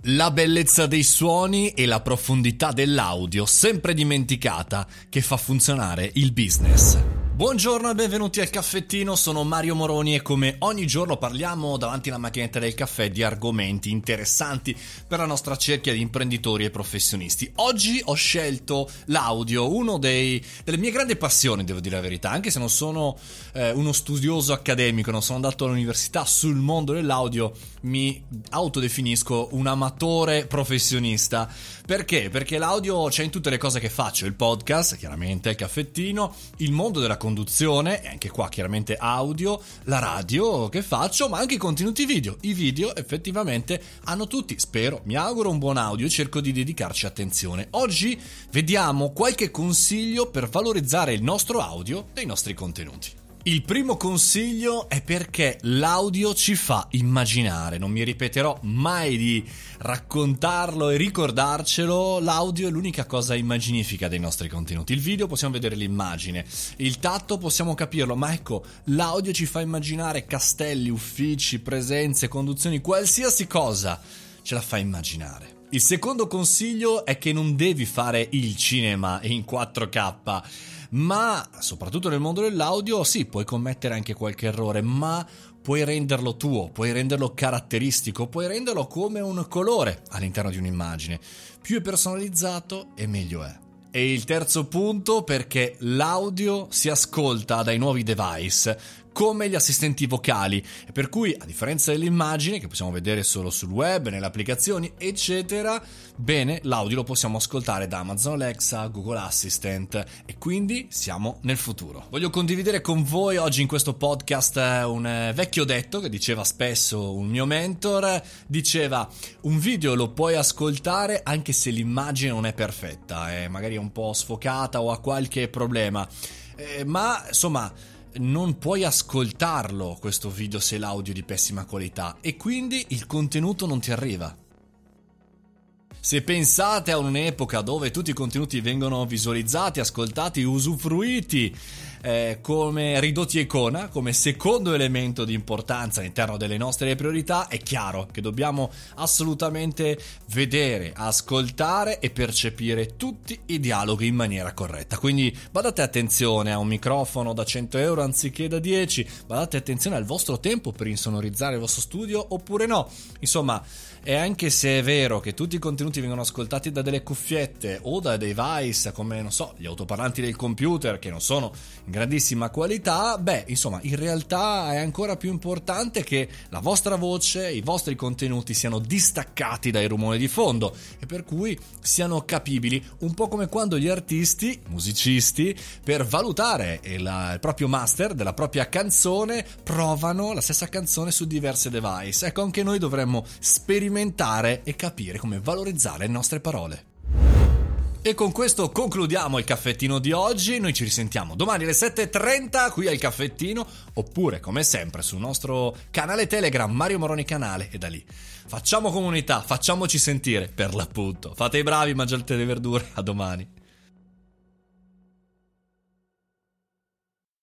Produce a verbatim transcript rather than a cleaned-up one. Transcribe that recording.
La bellezza dei suoni e la profondità dell'audio, sempre dimenticata, che fa funzionare il business. Buongiorno e benvenuti al caffettino, sono Mario Moroni e come ogni giorno parliamo davanti alla macchinetta del caffè di argomenti interessanti per la nostra cerchia di imprenditori e professionisti. Oggi ho scelto l'audio, uno dei, delle mie grandi passioni, devo dire la verità, anche se non sono eh, uno studioso accademico, non sono andato all'università sul mondo dell'audio, mi autodefinisco un amatore professionista. Perché? Perché l'audio c'è in tutte le cose che faccio, il podcast, chiaramente il caffettino, il mondo della conduzione, e anche qua chiaramente audio, la radio che faccio, ma anche i contenuti video. I video effettivamente hanno tutti, spero, mi auguro un buon audio, cerco di dedicarci attenzione. Oggi vediamo qualche consiglio per valorizzare il nostro audio dei nostri contenuti. Il primo consiglio è perché l'audio ci fa immaginare, non mi ripeterò mai di raccontarlo e ricordarcelo, l'audio è l'unica cosa immaginifica dei nostri contenuti. Il video possiamo vedere l'immagine, il tatto possiamo capirlo, ma ecco, l'audio ci fa immaginare castelli, uffici, presenze, conduzioni, qualsiasi cosa ce la fa immaginare. Il secondo consiglio è che non devi fare il cinema in quattro K, ma soprattutto nel mondo dell'audio sì, puoi commettere anche qualche errore, ma puoi renderlo tuo, puoi renderlo caratteristico, puoi renderlo come un colore all'interno di un'immagine. Più è personalizzato e meglio è. E il terzo punto, perché l'audio si ascolta dai nuovi device come gli assistenti vocali, e per cui a differenza dell'immagine che possiamo vedere solo sul web, nelle applicazioni eccetera, bene, l'audio lo possiamo ascoltare da Amazon Alexa, Google Assistant, e quindi siamo nel futuro. Voglio condividere con voi oggi in questo podcast un vecchio detto che diceva spesso un mio mentor, diceva: un video lo puoi ascoltare anche se l'immagine non è perfetta, è magari un po' sfocata o ha qualche problema, eh, ma insomma non puoi ascoltarlo questo video se l'audio è di pessima qualità e quindi il contenuto non ti arriva. Se pensate a un'epoca dove tutti i contenuti vengono visualizzati, ascoltati, usufruiti eh, come ridotti a icona, come secondo elemento di importanza all'interno delle nostre priorità, è chiaro che dobbiamo assolutamente vedere, ascoltare e percepire tutti i dialoghi in maniera corretta. Quindi badate attenzione a un microfono da cento euro anziché da dieci, badate attenzione al vostro tempo per insonorizzare il vostro studio oppure no. Insomma, e anche se è vero che tutti i contenuti vengono ascoltati da delle cuffiette o da device come, non so, gli autoparlanti del computer che non sono in grandissima qualità, beh, insomma, in realtà è ancora più importante che la vostra voce, i vostri contenuti siano distaccati dai rumori di fondo e per cui siano capibili, un po' come quando gli artisti, musicisti, per valutare il, il proprio master della propria canzone, provano la stessa canzone su diverse device. Ecco, anche noi dovremmo sperimentare e capire come valorizzare le nostre parole. E con questo concludiamo il caffettino di oggi. Noi ci risentiamo domani alle sette e trenta qui al caffettino, oppure come sempre sul nostro canale Telegram Mario Moroni Canale, e da lì facciamo comunità, facciamoci sentire per l'appunto. Fate i bravi, mangiate le verdure, a domani.